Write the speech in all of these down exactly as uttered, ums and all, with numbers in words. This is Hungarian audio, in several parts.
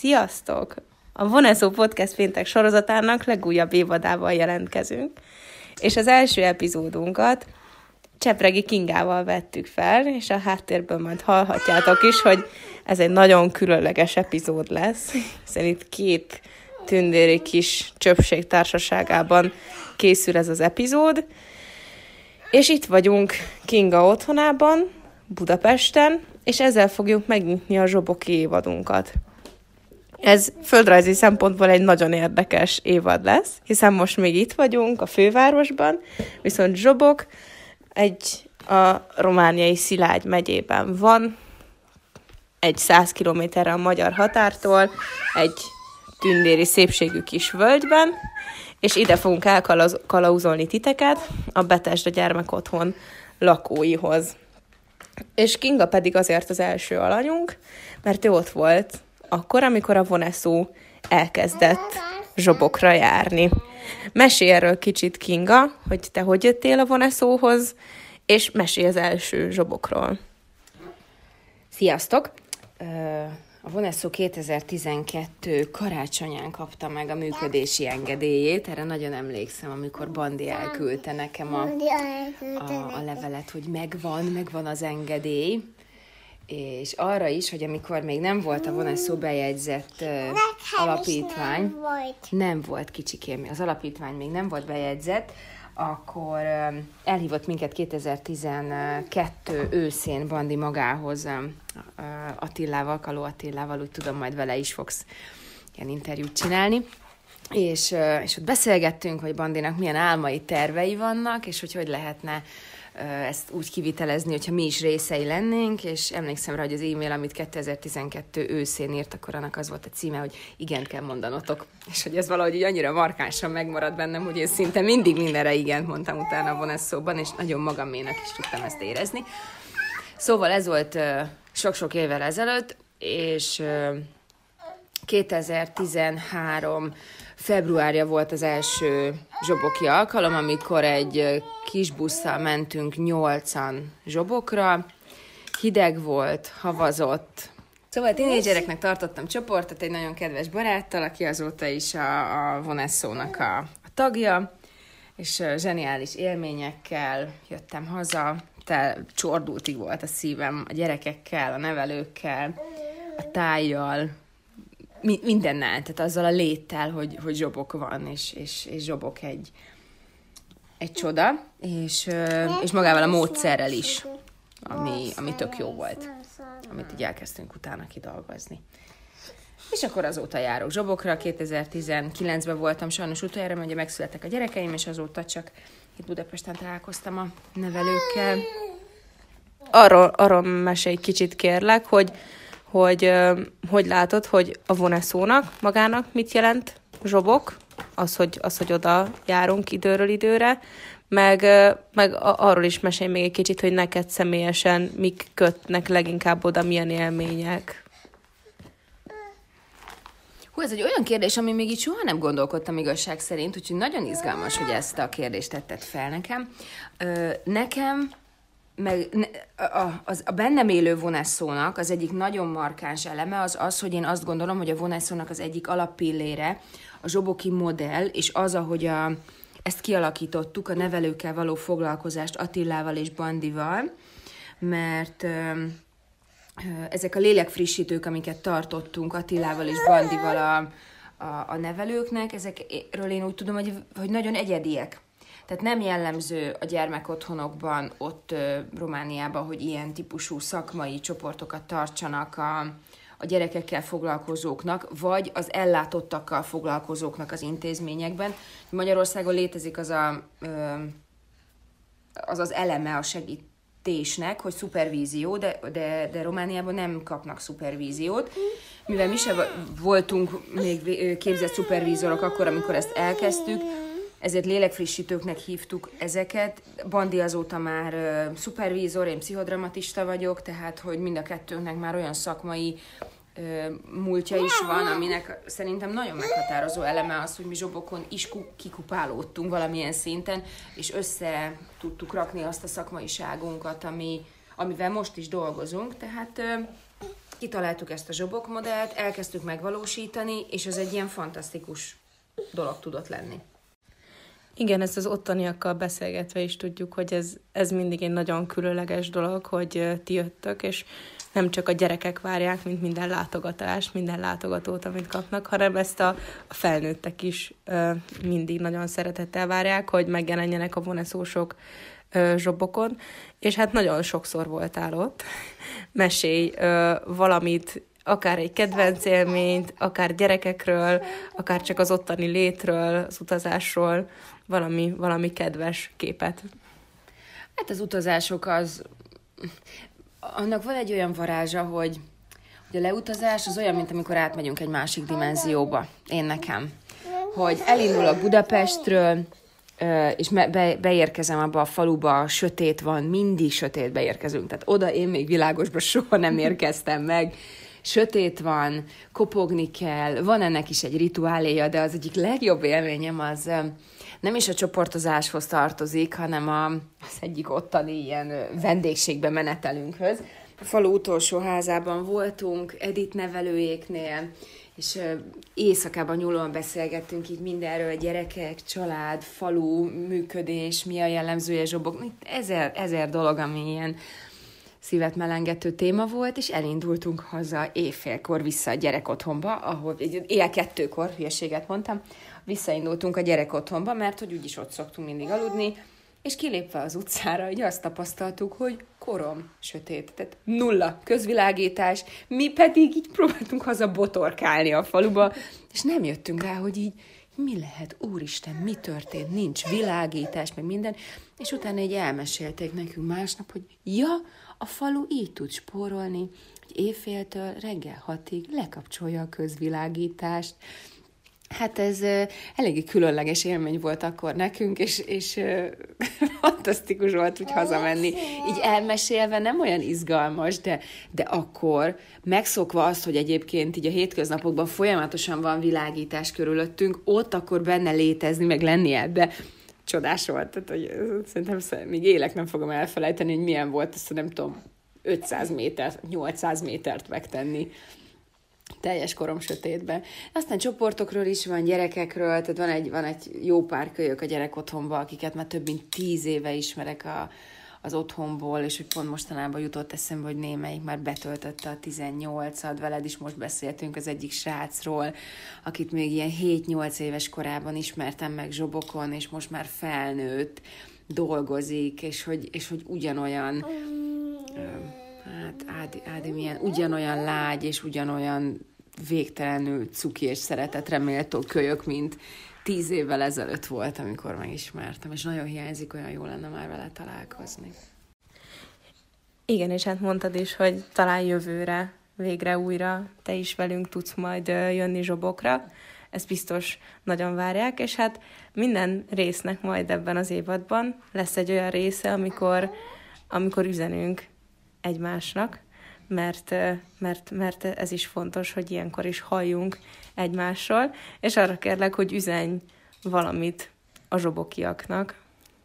Sziasztok! A Von e Szó Podcast péntek sorozatának legújabb évadával jelentkezünk, és az első epizódunkat Csepregi Kingával vettük fel, és a háttérből majd hallhatjátok is, hogy ez egy nagyon különleges epizód lesz, hiszen itt két tündéri kis csöpség társaságában készül ez az epizód, és itt vagyunk Kinga otthonában, Budapesten, és ezzel fogjuk megnyitni a Zsoboki évadunkat. Ez földrajzi szempontból egy nagyon érdekes évad lesz, hiszen most még itt vagyunk a fővárosban, viszont Zsobok egy a romániai Szilágy megyében van, egy száz kilométerre a magyar határtól, egy tündéri szépségű kis völgyben, és ide fogunk elkalauzolni titeket a Betesda gyermekotthon lakóihoz. És Kinga pedig azért az első alanyunk, mert ő ott volt akkor, amikor a Von e Szó elkezdett Zsobokra járni. Mesélj erről kicsit, Kinga, hogy te hogy jöttél a Von e Szóhoz, és mesélj az első Zsobokról. Sziasztok! A Von e Szó kétezer-tizenkettő karácsonyán kapta meg a működési engedélyét. Erre nagyon emlékszem, amikor Bandi elküldte nekem a, a, a levelet, hogy megvan, megvan az engedély. És arra is, hogy amikor még nem volt a Von e Szó bejegyzett uh, alapítvány, nem volt. nem volt kicsikém, az alapítvány még nem volt bejegyzett, akkor uh, elhívott minket kétezer-tizenkettő őszén Bandi magához, uh, Attilával, Kaló Attilával, úgy tudom, majd vele is fogsz ilyen interjút csinálni. És, uh, és ott beszélgettünk, hogy Bandinak milyen álmai, tervei vannak, és hogy hogy lehetne ezt úgy kivitelezni, hogyha mi is részei lennénk, és emlékszem rá, hogy az e-mail, amit kétezer-tizenkettő őszén írt, akkor annak az volt a címe, hogy igent kell mondanotok. És hogy ez valahogy így annyira markánsan megmaradt bennem, hogy én szinte mindig mindenre igent mondtam utána a Von e Szóban, és nagyon magaménak is tudtam ezt érezni. Szóval ez volt uh, sok-sok évvel ezelőtt, és uh, kétezer-tizenhárom februárja volt az első zsoboki alkalom, amikor egy kis busszal mentünk nyolcan Zsobokra. Hideg volt, havazott. Szóval tínédzsereknek tartottam csoportot egy nagyon kedves baráttal, aki azóta is a, a Von e Szónak a, a tagja, és zseniális élményekkel jöttem haza. Te csordultig volt a szívem a gyerekekkel, a nevelőkkel, a tájjal, mindennel, tehát azzal a léttel, hogy, hogy Zsobok van, és, és, és Zsobok egy, egy csoda, és, és magával a módszerrel is, ami, ami tök jó volt, amit így elkezdtünk utána kidolgozni. És akkor azóta járok Zsobokra, kétezer-tizenkilencben voltam sajnos utoljára, mert ugye megszülettek a gyerekeim, és azóta csak itt Budapesten találkoztam a nevelőkkel. Arról, arról mesélj kicsit, kérlek, hogy hogy hogy látod, hogy a Von e Szónak magának mit jelent Zsobok, az, hogy, az, hogy oda járunk időről időre, meg, meg arról is mesélj még egy kicsit, hogy neked személyesen mik kötnek leginkább oda, milyen élmények. Hú, ez egy olyan kérdés, ami még így soha nem gondolkodtam igazság szerint, úgyhogy nagyon izgalmas, hogy ezt a kérdést tetted fel nekem. Ö, nekem meg a, az, a bennem élő Von e Szónak az egyik nagyon markáns eleme az az, hogy én azt gondolom, hogy a Von e Szónak az egyik alappillére a zsoboki modell, és az, ahogy a, ezt kialakítottuk, a nevelőkkel való foglalkozást Attilával és Bandival, mert ö, ö, ezek a lélekfrissítők, amiket tartottunk Attilával és Bandival a, a, a nevelőknek, ezekről én úgy tudom, hogy, hogy nagyon egyediek. Tehát nem jellemző a gyermekotthonokban, ott ö, Romániában, hogy ilyen típusú szakmai csoportokat tartsanak a, a gyerekekkel foglalkozóknak, vagy az ellátottakkal foglalkozóknak az intézményekben. Magyarországon létezik az a, ö, az, az eleme a segítésnek, hogy szupervízió, de, de, de Romániában nem kapnak szupervíziót. Mivel mi sem voltunk még képzett szupervízorok akkor, amikor ezt elkezdtük, ezért lélekfrissítőknek hívtuk ezeket. Bandi azóta már uh, szupervízor, én pszichodramatista vagyok, tehát hogy mind a kettőnknek már olyan szakmai uh, múltja is van, aminek szerintem nagyon meghatározó eleme az, hogy mi Zsobokon is kikupálódtunk valamilyen szinten, és össze tudtuk rakni azt a szakmaiságunkat, ami, amivel most is dolgozunk. Tehát uh, kitaláltuk ezt a zsobok modellt, elkezdtük megvalósítani, és ez egy ilyen fantasztikus dolog tudott lenni. Igen, ezt az ottaniakkal beszélgetve is tudjuk, hogy ez, ez mindig egy nagyon különleges dolog, hogy ti jöttök, és nem csak a gyerekek várják, mint minden látogatást, minden látogatót, amit kapnak, hanem ezt a, a felnőttek is ö, mindig nagyon szeretettel várják, hogy megjelenjenek a voneszósok ö, zsobokon, és hát nagyon sokszor voltál ott. Mesélj ö, valamit, akár egy kedvenc élményt, akár gyerekekről, akár csak az ottani létről, az utazásról, valami, valami kedves képet. Hát az utazások az... Annak van egy olyan varázsa, hogy, hogy a leutazás az olyan, mint amikor átmegyünk egy másik dimenzióba. Én nekem. Hogy elindulok Budapestről, és be, beérkezem abba a faluba, sötét van, mindig sötét beérkezünk. Tehát oda én még világosba soha nem érkeztem meg. Sötét van, kopogni kell, van ennek is egy rituáléja, de az egyik legjobb élményem az nem is a csoportozáshoz tartozik, hanem a, az egyik ottani ilyen vendégségbe menetelünkhöz. A falu utolsó házában voltunk, Edith nevelőjéknél, és éjszakában nyúlóan beszélgettünk így mindenről, gyerekek, család, falu, működés, mi a jellemzője zsobok, ezer, ezer dolog, ami ilyen szívet melengető téma volt, és elindultunk haza éjfélkor vissza a gyerekotthonba, ahol éjjel kettőkor, hülyeséget mondtam, visszaindultunk a gyerekotthonba, mert hogy úgyis ott szoktunk mindig aludni, és kilépve az utcára, hogy azt tapasztaltuk, hogy korom sötét, tehát nulla közvilágítás, mi pedig így próbáltunk haza botorkálni a faluba, és nem jöttünk rá, hogy így mi lehet, úristen, mi történt, nincs világítás, meg minden, és utána így elmesélték nekünk másnap, hogy ja, a falu így tud spórolni, hogy éjféltől reggel hatig lekapcsolja a közvilágítást. Hát ez uh, eléggé különleges élmény volt akkor nekünk, és, és uh, fantasztikus volt úgy hazamenni. Így elmesélve nem olyan izgalmas, de, de akkor megszokva azt, hogy egyébként így a hétköznapokban folyamatosan van világítás körülöttünk, ott akkor benne létezni, meg lenni ebbe. Csodás volt, tehát hogy szerintem még élek nem fogom elfelejteni, hogy milyen volt ezt, nem tudom, ötszáz métert, nyolcszáz métert megtenni teljes korom sötétben. Aztán csoportokról is van, gyerekekről, tehát van egy, van egy jó pár kölyök a gyerekotthonban, akiket már több mint tíz éve ismerek a, az otthonból, és hogy pont mostanában jutott eszembe, hogy némelyik már betöltötte a tizennyolcat, veled is most beszéltünk az egyik srácról, akit még ilyen hét-nyolc éves korában ismertem meg zsobokon, és most már felnőtt, dolgozik, és hogy, és hogy ugyanolyan, hát Ádi, Ádi milyen, ugyanolyan lágy, és ugyanolyan végtelenül cuki és szeretetre méltó kölyök, mint tíz évvel ezelőtt volt, amikor megismertem, és nagyon hiányzik, olyan jó lenne már vele találkozni. Igen, és hát mondtad is, hogy talán jövőre végre újra te is velünk tudsz majd jönni zsobokra. Ezt biztos nagyon várják, és hát minden résznek majd ebben az évadban lesz egy olyan része, amikor, amikor üzenünk egymásnak, mert, mert, mert ez is fontos, hogy ilyenkor is halljunk egymásról, és arra kérlek, hogy üzenj valamit a zsobokiaknak.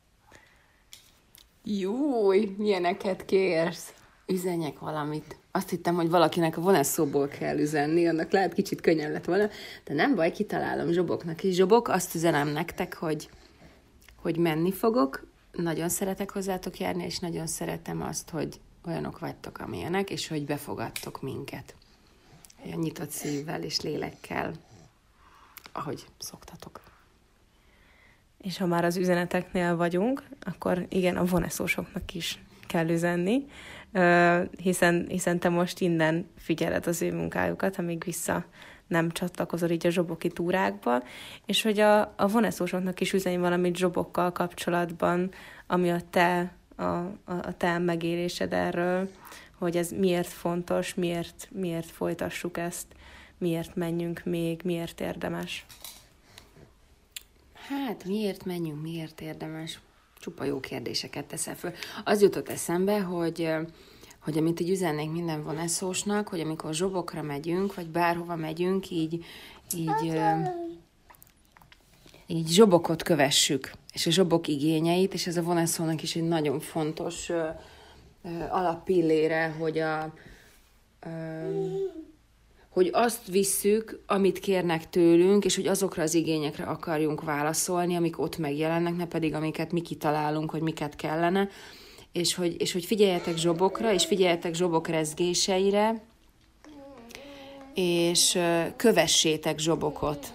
Júj, milyeneket kérsz? Üzenjek valamit. Azt hittem, hogy valakinek a voneszóból kell üzenni, annak lehet kicsit könnyen lett volna, de nem baj, kitalálom zsoboknak is. Zsobok, azt üzenem nektek, hogy, hogy menni fogok, nagyon szeretek hozzátok járni, és nagyon szeretem azt, hogy olyanok vagytok, amilyenek, és hogy befogadtok minket. Olyan nyitott szívvel és lélekkel, ahogy szoktatok. És ha már az üzeneteknél vagyunk, akkor igen, a voneszósoknak is kell üzenni, hiszen, hiszen te most innen figyeled az ő munkájukat, amíg vissza nem csatlakozol így a zsoboki túrákba, és hogy a, a voneszósoknak is üzenj valamit zsobokkal kapcsolatban, ami a te, a, a, a te megélésed erről, hogy ez miért fontos, miért, miért folytassuk ezt, miért menjünk még, miért érdemes. Hát, miért menjünk, miért érdemes? Csupa jó kérdéseket teszel föl. Az jutott eszembe, hogy, hogy amit így üzennék minden voneszósnak, hogy amikor zsobokra megyünk, vagy bárhova megyünk, így, így, így zsobokot kövessük, és a zsobok igényeit, és ez a voneszónak is egy nagyon fontos alappillére, hogy a hogy azt visszük, amit kérnek tőlünk, és hogy azokra az igényekre akarjunk válaszolni, amik ott megjelennek, ne pedig amiket mi kitalálunk, hogy miket kellene, és hogy, és hogy figyeljetek zsobokra, és figyeljetek zsobok rezgéseire, és kövessétek zsobokot.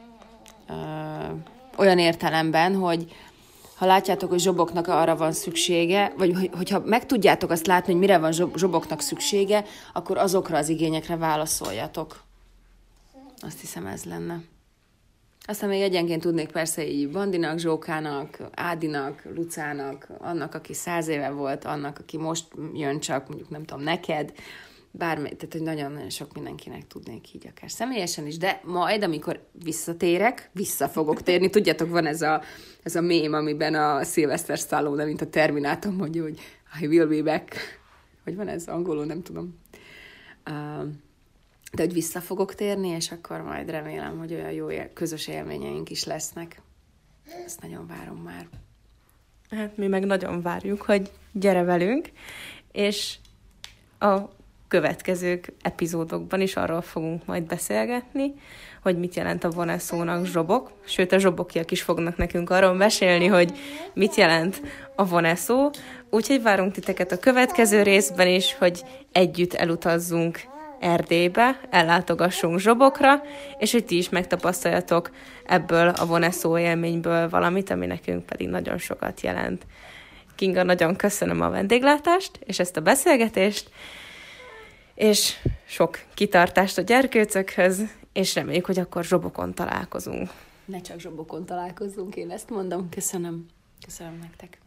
Olyan értelemben, hogy ha látjátok, hogy zsoboknak arra van szüksége, vagy hogyha meg tudjátok azt látni, hogy mire van zsoboknak szüksége, akkor azokra az igényekre válaszoljatok. Azt hiszem, ez lenne. Aztán még egyenként tudnék persze így Bandinak, Zsókának, Ádinak, Lucának, annak, aki száz éve volt, annak, aki most jön csak, mondjuk nem tudom, neked, bármi, tehát hogy nagyon-nagyon sok mindenkinek tudnék így akár személyesen is, de majd, amikor visszatérek, vissza fogok térni. Tudjátok, van ez a, ez a mém, amiben a Sylvester Stallone, mint a Terminátor mondja, hogy I will be back. Hogy van ez angolul, nem tudom. Uh, de hogy vissza fogok térni, és akkor majd remélem, hogy olyan jó él, közös élményeink is lesznek. Ezt nagyon várom már. Hát mi meg nagyon várjuk, hogy gyere velünk, és a következő epizódokban is arról fogunk majd beszélgetni, hogy mit jelent a voneszónak zsobok, sőt a zsobokiak is fognak nekünk arról mesélni, hogy mit jelent a voneszó, úgyhogy várunk titeket a következő részben is, hogy együtt elutazzunk Erdélybe, ellátogassunk zsobokra, és hogy ti is megtapasztaljatok ebből a voneszó élményből valamit, ami nekünk pedig nagyon sokat jelent. Kinga, nagyon köszönöm a vendéglátást, és ezt a beszélgetést, és sok kitartást a gyerkőcökhöz, és reméljük, hogy akkor zsobokon találkozunk. Ne csak zsobokon találkozzunk, én ezt mondom. Köszönöm. Köszönöm nektek.